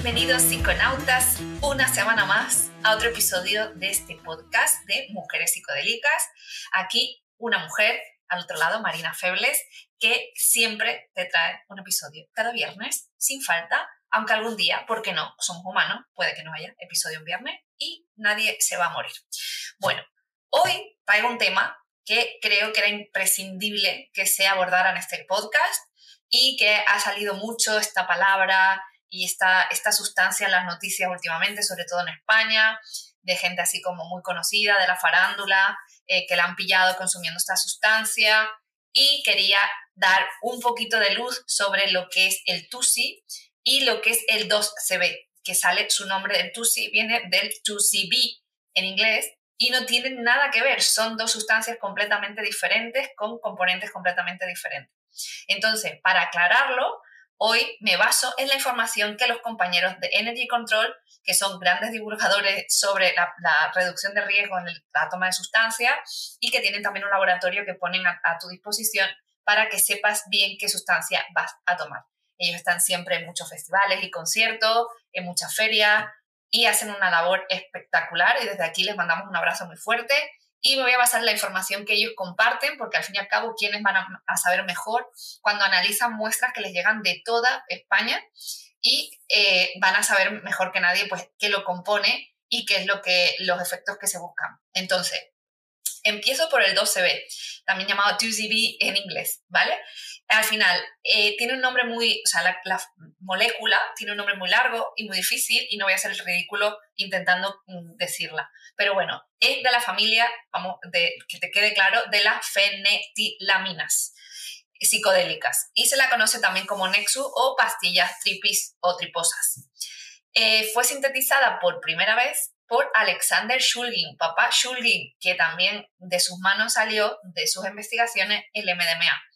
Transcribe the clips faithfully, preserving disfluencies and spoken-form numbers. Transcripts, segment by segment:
Bienvenidos psiconautas una semana más a otro episodio de este podcast de Mujeres Psicodélicas. Aquí una mujer, al otro lado Marina Febles, que siempre te trae un episodio cada viernes sin falta, aunque algún día, ¿por qué no? Somos humanos, puede que no haya episodio un viernes y nadie se va a morir. Bueno, hoy traigo un tema que creo que era imprescindible que se abordara en este podcast y que ha salido mucho esta palabra y esta, esta sustancia en las noticias últimamente, sobre todo en España, de gente así como muy conocida de la farándula, eh, que la han pillado consumiendo esta sustancia, y quería dar un poquito de luz sobre lo que es el TUSI y lo que es el dos C B, que sale su nombre del TUSI, viene del dos C B en inglés, y no tienen nada que ver, son dos sustancias completamente diferentes con componentes completamente diferentes. Entonces, para aclararlo, hoy me baso en la información que los compañeros de Energy Control, que son grandes divulgadores sobre la, la reducción de riesgo en el, la toma de sustancias y que tienen también un laboratorio que ponen a, a tu disposición para que sepas bien qué sustancia vas a tomar. Ellos están siempre en muchos festivales y conciertos, en muchas ferias y hacen una labor espectacular, y desde aquí les mandamos un abrazo muy fuerte. Y me voy a basar en la información que ellos comparten, porque al fin y al cabo, ¿quiénes van a, a saber mejor cuando analizan muestras que les llegan de toda España? Y eh, van a saber mejor que nadie pues, qué lo compone y qué es lo que, los efectos que se buscan. Entonces, empiezo por el dos C B, también llamado dos C B en inglés, ¿vale? Al final, eh, tiene un nombre muy, o sea, la, la molécula tiene un nombre muy largo y muy difícil, y no voy a hacer el ridículo intentando mm, decirla. Pero bueno, es de la familia, vamos, de, que te quede claro, de las fenetilaminas psicodélicas, y se la conoce también como Nexu o pastillas tripis o triposas. Eh, fue sintetizada por primera vez por Alexander Shulgin, papá Shulgin, que también de sus manos salió, de sus investigaciones, el M D M A.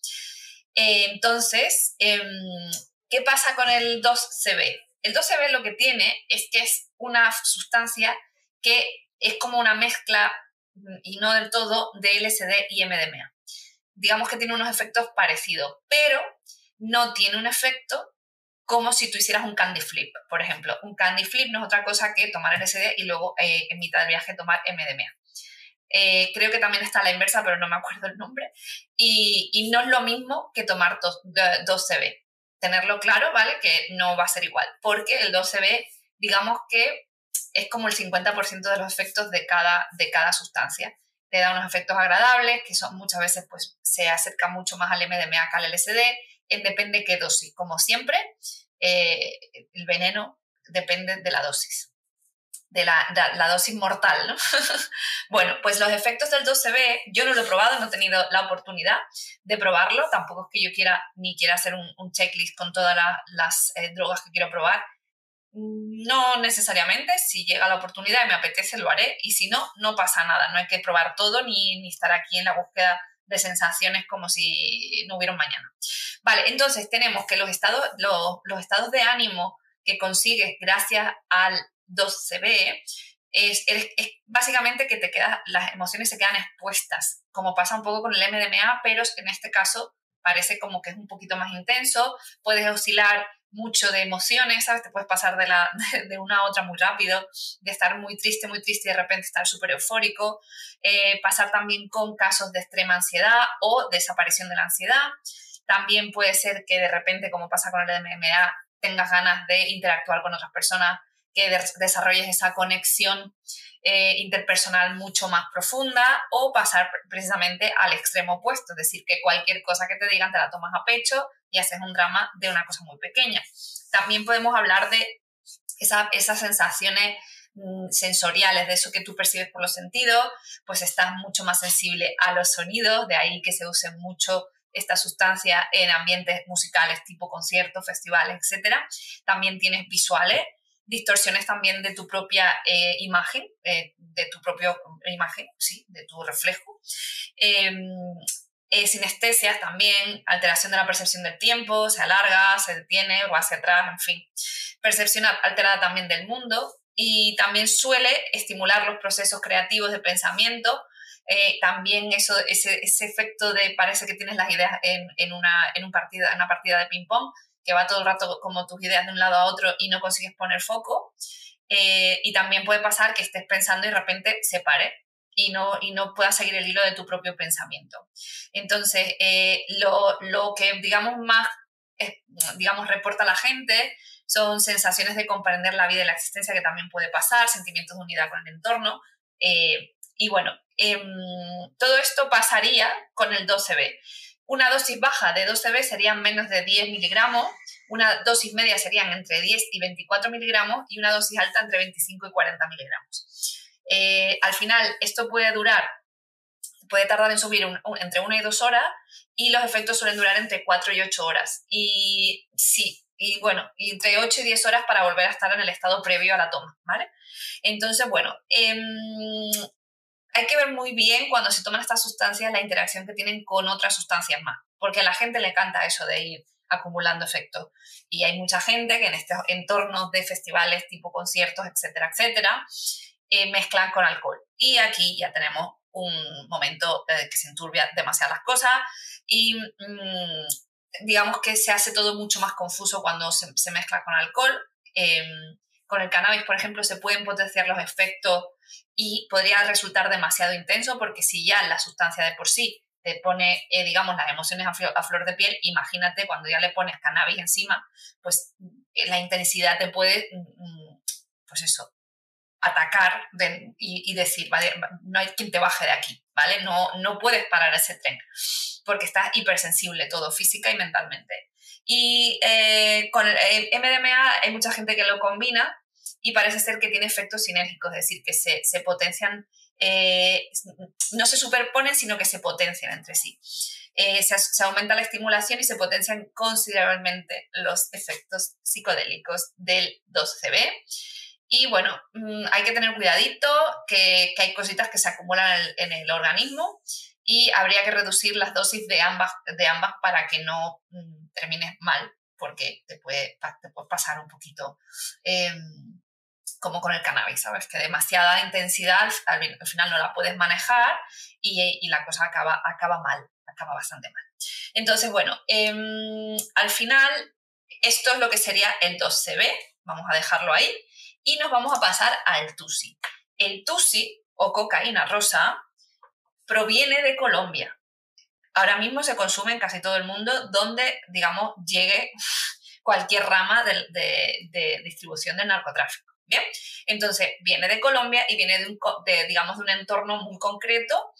Eh, entonces, eh, ¿qué pasa con el dos C B? El dos C B lo que tiene es que es una sustancia que es como una mezcla, y no del todo, de L S D y M D M A. Digamos que tiene unos efectos parecidos, pero no tiene un efecto como si tú hicieras un candy flip, por ejemplo. Un candy flip no es otra cosa que tomar L S D y luego eh, en mitad del viaje tomar M D M A. Eh, creo que también está a la inversa, pero no me acuerdo el nombre. Y, y no es lo mismo que tomar dos C B. Tenerlo claro, ¿vale? Que no va a ser igual, porque el dos C B, digamos que es como el cincuenta por ciento de los efectos de cada, de cada sustancia. Te da unos efectos agradables, que son muchas veces pues, se acerca mucho más al M D M A que al L S D, depende de qué dosis. Como siempre, eh, el veneno depende de la dosis. de la, de la dosis mortal, ¿no? Bueno, pues los efectos del dos C B, yo no lo he probado, no he tenido la oportunidad de probarlo, tampoco es que yo quiera ni quiera hacer un, un checklist con todas la, las eh, drogas que quiero probar. No necesariamente, si llega la oportunidad y me apetece lo haré, y si no, no pasa nada, no hay que probar todo ni, ni estar aquí en la búsqueda de sensaciones como si no hubiera un mañana. Vale, entonces tenemos que los estados, los, los estados de ánimo que consigues gracias al dos C B es, es, es básicamente que te quedas, las emociones se quedan expuestas, como pasa un poco con el M D M A, pero en este caso parece como que es un poquito más intenso, puedes oscilar mucho de emociones, ¿sabes? Te puedes pasar de, la, de, de una a otra muy rápido, de estar muy triste, muy triste y de repente estar súper eufórico, eh, pasar también con casos de extrema ansiedad o desaparición de la ansiedad. También puede ser que de repente, como pasa con el M D M A, tengas ganas de interactuar con otras personas, que de desarrolles esa conexión eh, interpersonal mucho más profunda, o pasar precisamente al extremo opuesto, es decir, que cualquier cosa que te digan te la tomas a pecho y haces un drama de una cosa muy pequeña. También podemos hablar de esa, esas sensaciones mm, sensoriales, de eso que tú percibes por los sentidos, pues estás mucho más sensible a los sonidos, de ahí que se use mucho esta sustancia en ambientes musicales tipo conciertos, festivales, etcétera. También tienes visuales, distorsiones también de tu propia eh, imagen, eh, de tu propia imagen, sí, de tu reflejo. Eh, eh, sinestesias también, alteración de la percepción del tiempo, se alarga, se detiene, va hacia atrás, en fin. Percepción alterada también del mundo, y también suele estimular los procesos creativos de pensamiento. Eh, también eso, ese, ese efecto de parece que tienes las ideas en, en, una, en, un partida, en una partida de ping-pong, que va todo el rato como tus ideas de un lado a otro y no consigues poner foco. Eh, y también puede pasar que estés pensando y de repente se pare y no, y no puedas seguir el hilo de tu propio pensamiento. Entonces, eh, lo, lo que, digamos, más, eh, digamos, reporta la gente son sensaciones de comprender la vida y la existencia, que también puede pasar, sentimientos de unidad con el entorno. Eh, y bueno, eh, todo esto pasaría con el doce B. Una dosis baja de doce B serían menos de diez miligramos, una dosis media serían entre diez y veinticuatro miligramos y una dosis alta entre veinticinco y cuarenta miligramos. Eh, al final, esto puede durar, puede tardar en subir un, un, entre una y dos horas y los efectos suelen durar entre cuatro y ocho horas. Y sí, y bueno, entre ocho y diez horas para volver a estar en el estado previo a la toma, ¿vale? Entonces, bueno, eh, hay que ver muy bien cuando se toman estas sustancias la interacción que tienen con otras sustancias más, porque a la gente le encanta eso de ir acumulando efectos. Y hay mucha gente que en estos entornos de festivales tipo conciertos, etcétera, etcétera, eh, mezclan con alcohol. Y aquí ya tenemos un momento eh, que se enturbia demasiadas las cosas y mmm, digamos que se hace todo mucho más confuso cuando se, se mezcla con alcohol. Eh, con el cannabis, por ejemplo, se pueden potenciar los efectos y podría resultar demasiado intenso, porque si ya la sustancia de por sí te pone, eh, digamos, las emociones a flor, a flor de piel, imagínate cuando ya le pones cannabis encima, pues eh, la intensidad te puede, mm, pues eso, atacar de, y, y decir, vale, no hay quien te baje de aquí, ¿vale? No, no puedes parar ese tren, porque estás hipersensible todo, física y mentalmente. Y eh, con el M D M A hay mucha gente que lo combina y parece ser que tiene efectos sinérgicos, es decir, que se, se potencian, eh, no se superponen, sino que se potencian entre sí. Eh, se, se aumenta la estimulación y se potencian considerablemente los efectos psicodélicos del doce B. Y bueno, hay que tener cuidadito, que, que hay cositas que se acumulan en el, en el organismo y habría que reducir las dosis de ambas, de ambas para que no mmm, termines mal, porque te puede, te puede pasar un poquito eh, como con el cannabis, ¿sabes? Que demasiada intensidad al, al final no la puedes manejar y, y la cosa acaba, acaba mal, acaba bastante mal. Entonces, bueno, eh, al final esto es lo que sería el doce B, vamos a dejarlo ahí. Y nos vamos a pasar al tusi. El tusi, o cocaína rosa, proviene de Colombia. Ahora mismo se consume en casi todo el mundo donde, digamos, llegue cualquier rama de, de, de distribución del narcotráfico. ¿Bien? Entonces, viene de Colombia y viene de, un, de, digamos, de un entorno muy concreto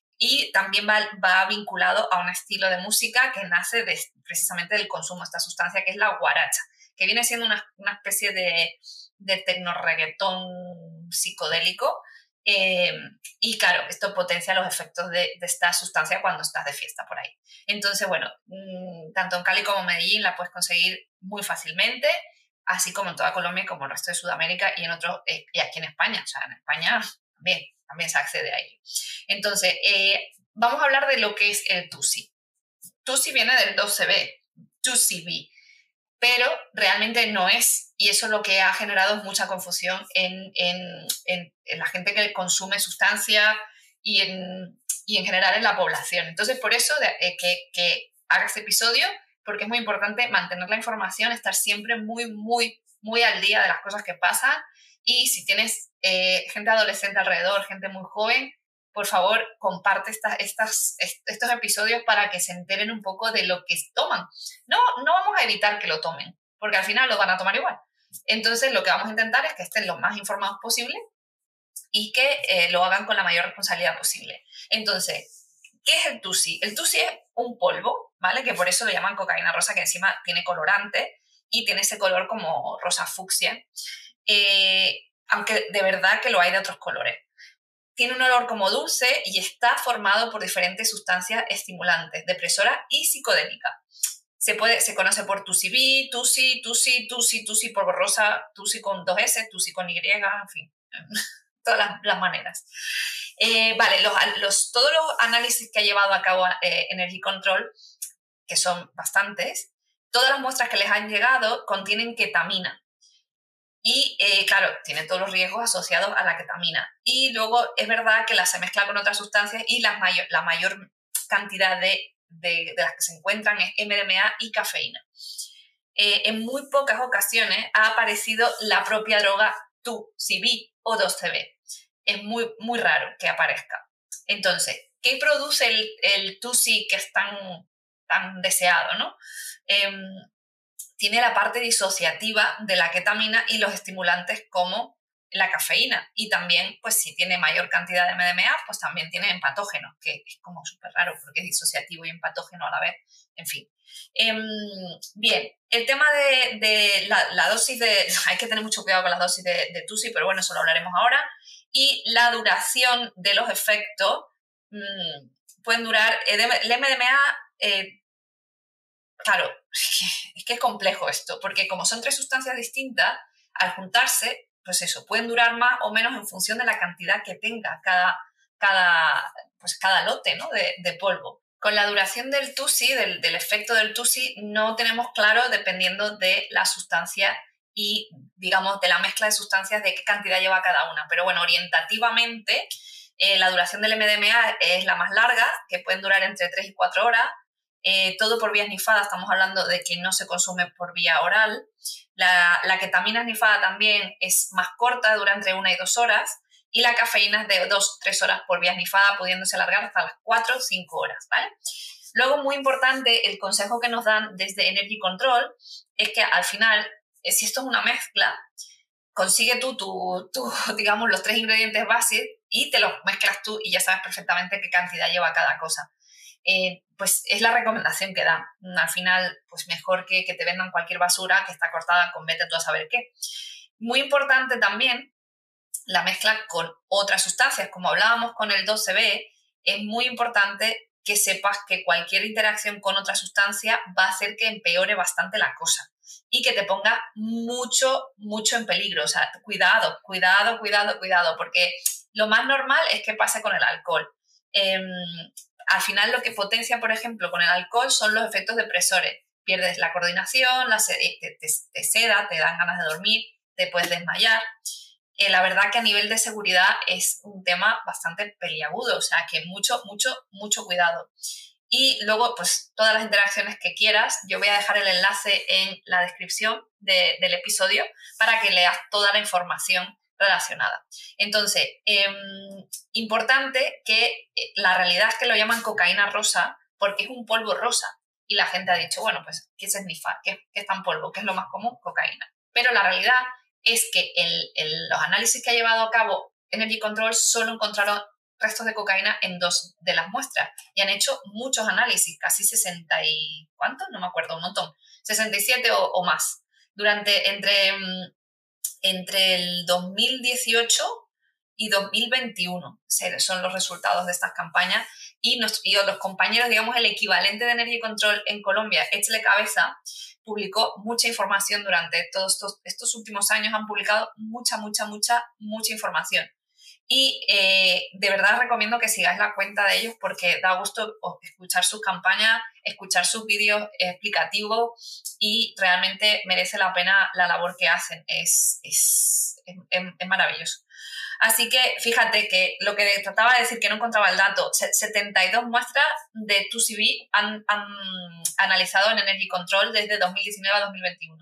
y también va, va vinculado a un estilo de música que nace de, precisamente del consumo de esta sustancia, que es la guaracha, que viene siendo una, una especie de, de tecno-reggaetón psicodélico. Eh, y claro, esto potencia los efectos de, de esta sustancia cuando estás de fiesta por ahí. Entonces, bueno, mmm, tanto en Cali como en Medellín la puedes conseguir muy fácilmente, así como en toda Colombia y como el resto de Sudamérica y en otros, eh, y aquí en España. O sea, en España también, también se accede a ello. Entonces, eh, vamos a hablar de lo que es el tusi. Tusi viene del doce B, tusi B, pero realmente no es, y eso es lo que ha generado mucha confusión en, en, en, en la gente que consume sustancias y en, y en general en la población. Entonces, por eso de, eh, que, que haga este episodio, porque es muy importante mantener la información, estar siempre muy, muy, muy al día de las cosas que pasan, y si tienes eh, gente adolescente alrededor, gente muy joven, por favor, comparte estas, estas, estos episodios para que se enteren un poco de lo que toman. No, no vamos a evitar que lo tomen, porque al final lo van a tomar igual. Entonces, lo que vamos a intentar es que estén lo más informados posible y que eh, lo hagan con la mayor responsabilidad posible. Entonces, ¿qué es el tusi? El tusi es un polvo, ¿vale? Que por eso lo llaman cocaína rosa, que encima tiene colorante y tiene ese color como rosa fucsia, eh, aunque de verdad que lo hay de otros colores. Tiene un olor como dulce y está formado por diferentes sustancias estimulantes, depresoras y psicodélicas. Se, puede, se conoce por tusi B, tusi, tusi, tusi, tusi por rosa, tusi con dos S, tusi con Y, en fin, todas las, las maneras. Eh, vale, los, los, todos los análisis que ha llevado a cabo eh, Energy Control, que son bastantes, todas las muestras que les han llegado contienen ketamina. Y, eh, claro, tiene todos los riesgos asociados a la ketamina. Y luego es verdad que la se mezcla con otras sustancias y la mayor, la mayor cantidad de, de, de las que se encuentran es M D M A y cafeína. eh, en muy pocas ocasiones ha aparecido la propia droga dos C B o dos C B. Es muy, muy raro que aparezca. Entonces, ¿qué produce el, el dos C que es tan, tan deseado, ¿no? Eh, tiene la parte disociativa de la ketamina y los estimulantes como la cafeína. Y también, pues si tiene mayor cantidad de M D M A, pues también tiene empatógenos, que es como súper raro porque es disociativo y empatógeno a la vez. En fin. Eh, bien, el tema de, de la, la dosis de... Hay que tener mucho cuidado con las dosis de, de tusi, pero bueno, eso lo hablaremos ahora. Y la duración de los efectos mmm, pueden durar... El M D M A... Eh, Claro, es que es complejo esto, porque como son tres sustancias distintas, al juntarse, pues eso, pueden durar más o menos en función de la cantidad que tenga cada, cada, pues cada lote, ¿no? de, de polvo. Con la duración del tusi, del, del efecto del tusi, no tenemos claro dependiendo de la sustancia y, digamos, de la mezcla de sustancias, de qué cantidad lleva cada una. Pero bueno, orientativamente, eh, la duración del M D M A es la más larga, que pueden durar entre tres y cuatro horas. Eh, todo por vía snifada, estamos hablando de que no se consume por vía oral. La, la ketamina snifada también es más corta, dura entre una y dos horas, y la cafeína es de dos a tres horas por vía snifada, pudiéndose alargar hasta las cuatro o cinco horas, ¿vale? Luego, muy importante, el consejo que nos dan desde Energy Control es que al final, si esto es una mezcla, consigue tú, tu, tu, digamos, los tres ingredientes básicos y te los mezclas tú y ya sabes perfectamente qué cantidad lleva cada cosa. Eh, pues es la recomendación que dan. Al final, pues mejor que, que te vendan cualquier basura que está cortada con vete tú a saber qué. Muy importante también la mezcla con otras sustancias. Como hablábamos con el dos C B, es muy importante que sepas que cualquier interacción con otra sustancia va a hacer que empeore bastante la cosa y que te ponga mucho, mucho en peligro. O sea, cuidado, cuidado, cuidado, cuidado, porque lo más normal es que pase con el alcohol. Eh, Al final lo que potencia, por ejemplo, con el alcohol son los efectos depresores. Pierdes la coordinación, la sed, te, te, te seda, te dan ganas de dormir, te puedes desmayar. Eh, la verdad que a nivel de seguridad es un tema bastante peliagudo, o sea que mucho, mucho, mucho cuidado. Y luego, pues todas las interacciones que quieras, yo voy a dejar el enlace en la descripción de, del episodio para que leas toda la información relacionada. Entonces, eh, importante que la realidad es que lo llaman cocaína rosa porque es un polvo rosa y la gente ha dicho, bueno, pues, ¿qué significa? ¿Qué, qué es tan polvo? ¿Qué es lo más común? Cocaína. Pero la realidad es que el, el, los análisis que ha llevado a cabo Energy Control solo encontraron restos de cocaína en dos de las muestras y han hecho muchos análisis, casi sesenta y... ¿cuántos? No me acuerdo, un montón. sesenta y siete o, o más. Durante, entre... entre el dos mil dieciocho y dos mil veintiuno son los resultados de estas campañas y, nos, y los compañeros, digamos, el equivalente de Energy Control en Colombia, Échale Cabeza, publicó mucha información durante todos estos, estos últimos años, han publicado mucha, mucha, mucha, mucha información. Y eh, de verdad recomiendo que sigáis la cuenta de ellos porque da gusto escuchar sus campañas, escuchar sus vídeos explicativos y realmente merece la pena la labor que hacen. Es, es, es, es maravilloso. Así que fíjate que lo que trataba de decir, que no encontraba el dato, setenta y dos muestras de dos C B han, han analizado en Energy Control desde dos mil diecinueve a dos mil veintiuno.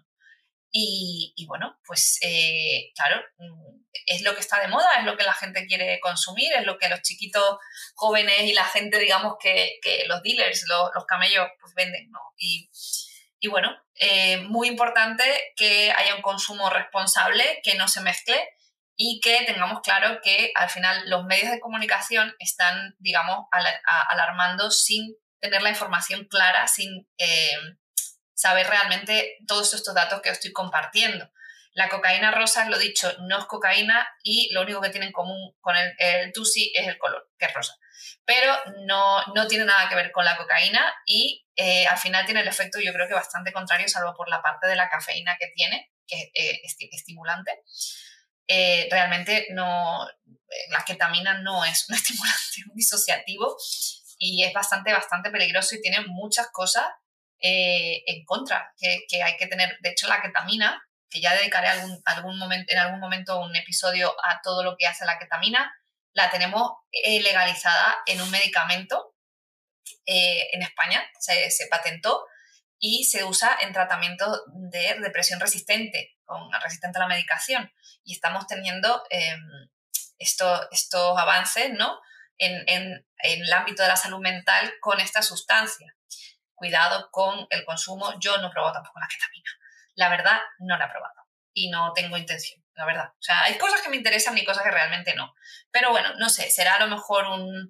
Y, y bueno, pues eh, claro, es lo que está de moda, es lo que la gente quiere consumir, es lo que los chiquitos jóvenes y la gente, digamos, que, que los dealers, los, los camellos, pues venden, ¿no? Y, y bueno, eh, muy importante que haya un consumo responsable, que no se mezcle y que tengamos claro que al final los medios de comunicación están, digamos, al, a, alarmando sin tener la información clara, sin... Eh, saber realmente todos estos datos que os estoy compartiendo. La cocaína rosa, lo dicho, no es cocaína y lo único que tiene en común con el, el tusi es el color, que es rosa. Pero no, no tiene nada que ver con la cocaína y eh, al final tiene el efecto, yo creo que bastante contrario, salvo por la parte de la cafeína que tiene, que es eh, estimulante. Eh, realmente no, la ketamina no es un estimulante, es un disociativo y es bastante, bastante peligroso y tiene muchas cosas Eh, en contra, que, que hay que tener. De hecho, la ketamina, que ya dedicaré algún, algún momento, en algún momento un episodio a todo lo que hace la ketamina, la tenemos eh, legalizada en un medicamento eh, en España, se, se patentó y se usa en tratamiento de depresión resistente, con, resistente a la medicación. Y estamos teniendo eh, esto, estos avances, ¿no? en, en, en el ámbito de la salud mental con esta sustancia. Cuidado con el consumo. Yo no he probado tampoco la ketamina. La verdad, no la he probado y no tengo intención, la verdad. O sea, hay cosas que me interesan y cosas que realmente no. Pero bueno, no sé, será a lo mejor un...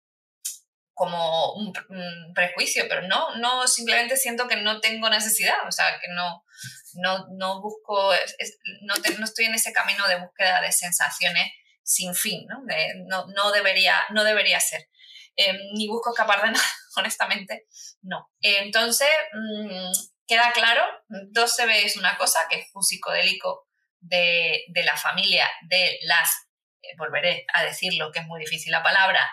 como un, un prejuicio, pero no, no, simplemente siento que no tengo necesidad, o sea, que no, no, no busco, es, es, no, te, no estoy en ese camino de búsqueda de sensaciones sin fin, ¿no? De, no, no, debería, no debería ser, eh, ni busco escapar de nada, honestamente, no. Entonces, mmm, queda claro, dos C B es una cosa, que es un psicodélico de, de la familia de las, eh, volveré a decirlo, que es muy difícil la palabra,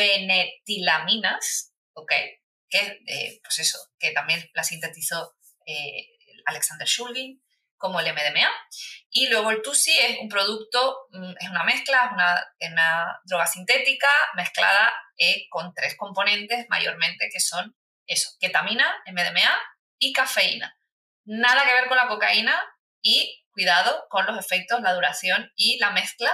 fenetilaminas, ¿ok? Que, eh, pues eso, que también la sintetizó eh, Alexander Shulgin, como el M D M A. Y luego el Tusi es un producto, es una mezcla, es una, una droga sintética mezclada eh, con tres componentes mayormente, que son eso, ketamina, M D M A y cafeína. Nada que ver con la cocaína y cuidado con los efectos, la duración y la mezcla.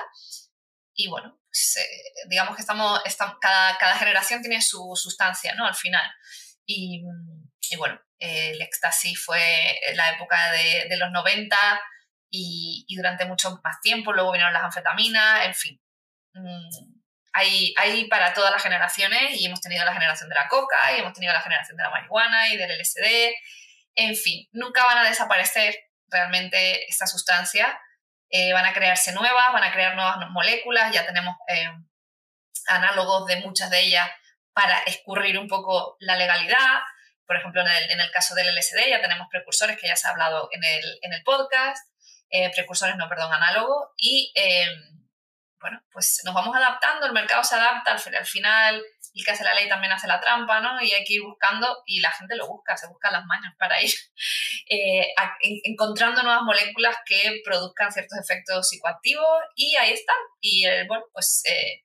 Y bueno, pues, eh, digamos que estamos, estamos cada, cada generación tiene su sustancia, ¿no? Al final. Y, y bueno, eh, el éxtasis fue la época de, de los noventa y, y durante mucho más tiempo. Luego vinieron las anfetaminas, en fin. Mm, hay, hay para todas las generaciones y hemos tenido la generación de la coca y hemos tenido la generación de la marihuana y del L S D. En fin, nunca van a desaparecer realmente estas sustancias. Eh, van a crearse nuevas, van a crear nuevas moléculas, ya tenemos eh, análogos de muchas de ellas para escurrir un poco la legalidad. Por ejemplo, en el, en el caso del L S D ya tenemos precursores, que ya se ha hablado en el, en el podcast, eh, precursores, no, perdón, análogos, y eh, bueno, pues nos vamos adaptando, el mercado se adapta, al, al final el que hace la ley también hace la trampa, ¿no? Y hay que ir buscando, y la gente lo busca, se buscan las mañas para ir eh, a, en, encontrando nuevas moléculas que produzcan ciertos efectos psicoactivos, y ahí están. Y el, bueno, pues eh,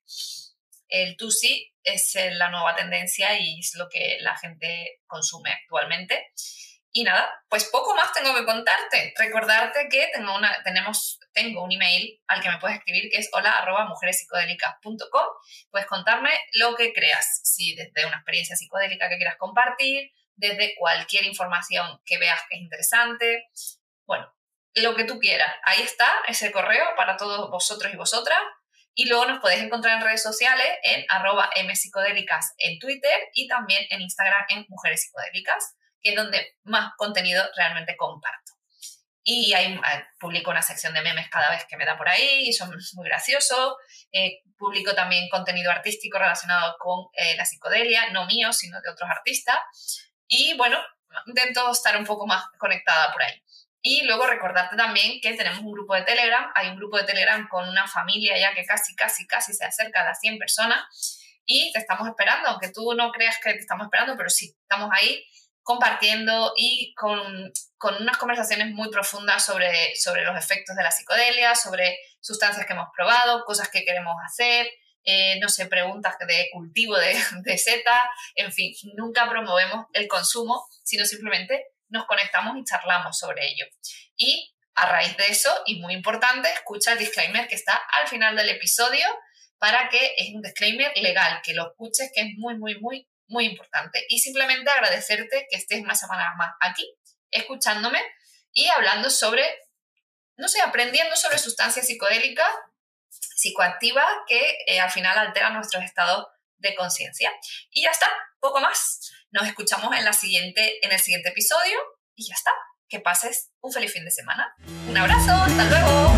el Tusi es la nueva tendencia y es lo que la gente consume actualmente. Y nada, pues poco más tengo que contarte. Recordarte que tengo, una, tenemos, tengo un email al que me puedes escribir, que es hola arroba mujeres psicodélicas punto com. Puedes contarme lo que creas, si desde una experiencia psicodélica que quieras compartir, desde cualquier información que veas que es interesante. Bueno, lo que tú quieras. Ahí está ese correo para todos vosotros y vosotras. Y luego nos podéis encontrar en redes sociales en arroba mpsicodélicas en Twitter y también en Instagram en Mujeres Psicodélicas, que es donde más contenido realmente comparto. Y ahí eh, publico una sección de memes cada vez que me da por ahí, y son muy graciosos. Eh, publico también contenido artístico relacionado con eh, la psicodelia, no mío, sino de otros artistas. Y bueno, intento estar un poco más conectada por ahí. Y luego recordarte también que tenemos un grupo de Telegram, hay un grupo de Telegram con una familia ya que casi, casi, casi se acerca a las cien personas, y te estamos esperando, aunque tú no creas que te estamos esperando, pero sí, estamos ahí compartiendo y con, con unas conversaciones muy profundas sobre, sobre los efectos de la psicodelia, sobre sustancias que hemos probado, cosas que queremos hacer, eh, no sé, preguntas de cultivo de, de setas, en fin, nunca promovemos el consumo, sino simplemente nos conectamos y charlamos sobre ello. Y a raíz de eso, y muy importante, escucha el disclaimer que está al final del episodio, para que es un disclaimer legal, que lo escuches, que es muy, muy, muy, muy importante. Y simplemente agradecerte que estés una semana más aquí, escuchándome y hablando sobre, no sé, aprendiendo sobre sustancias psicodélicas, psicoactivas, que eh, al final alteran nuestros estados de conciencia. Y ya está, poco más. Nos escuchamos en, la siguiente, en el siguiente episodio y ya está. Que pases un feliz fin de semana. Un abrazo, hasta luego.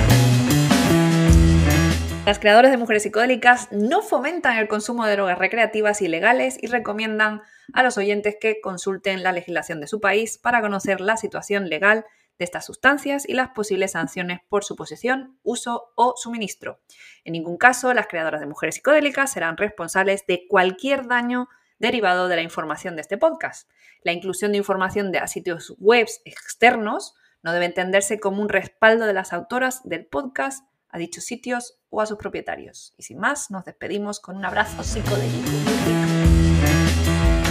Las creadoras de Mujeres Psicodélicas no fomentan el consumo de drogas recreativas ilegales y recomiendan a los oyentes que consulten la legislación de su país para conocer la situación legal de estas sustancias y las posibles sanciones por su posesión, uso o suministro. En ningún caso, las creadoras de Mujeres Psicodélicas serán responsables de cualquier daño derivado de la información de este podcast. La inclusión de información de sitios web externos no debe entenderse como un respaldo de las autoras del podcast a dichos sitios o a sus propietarios. Y sin más, nos despedimos con un abrazo psicodélico.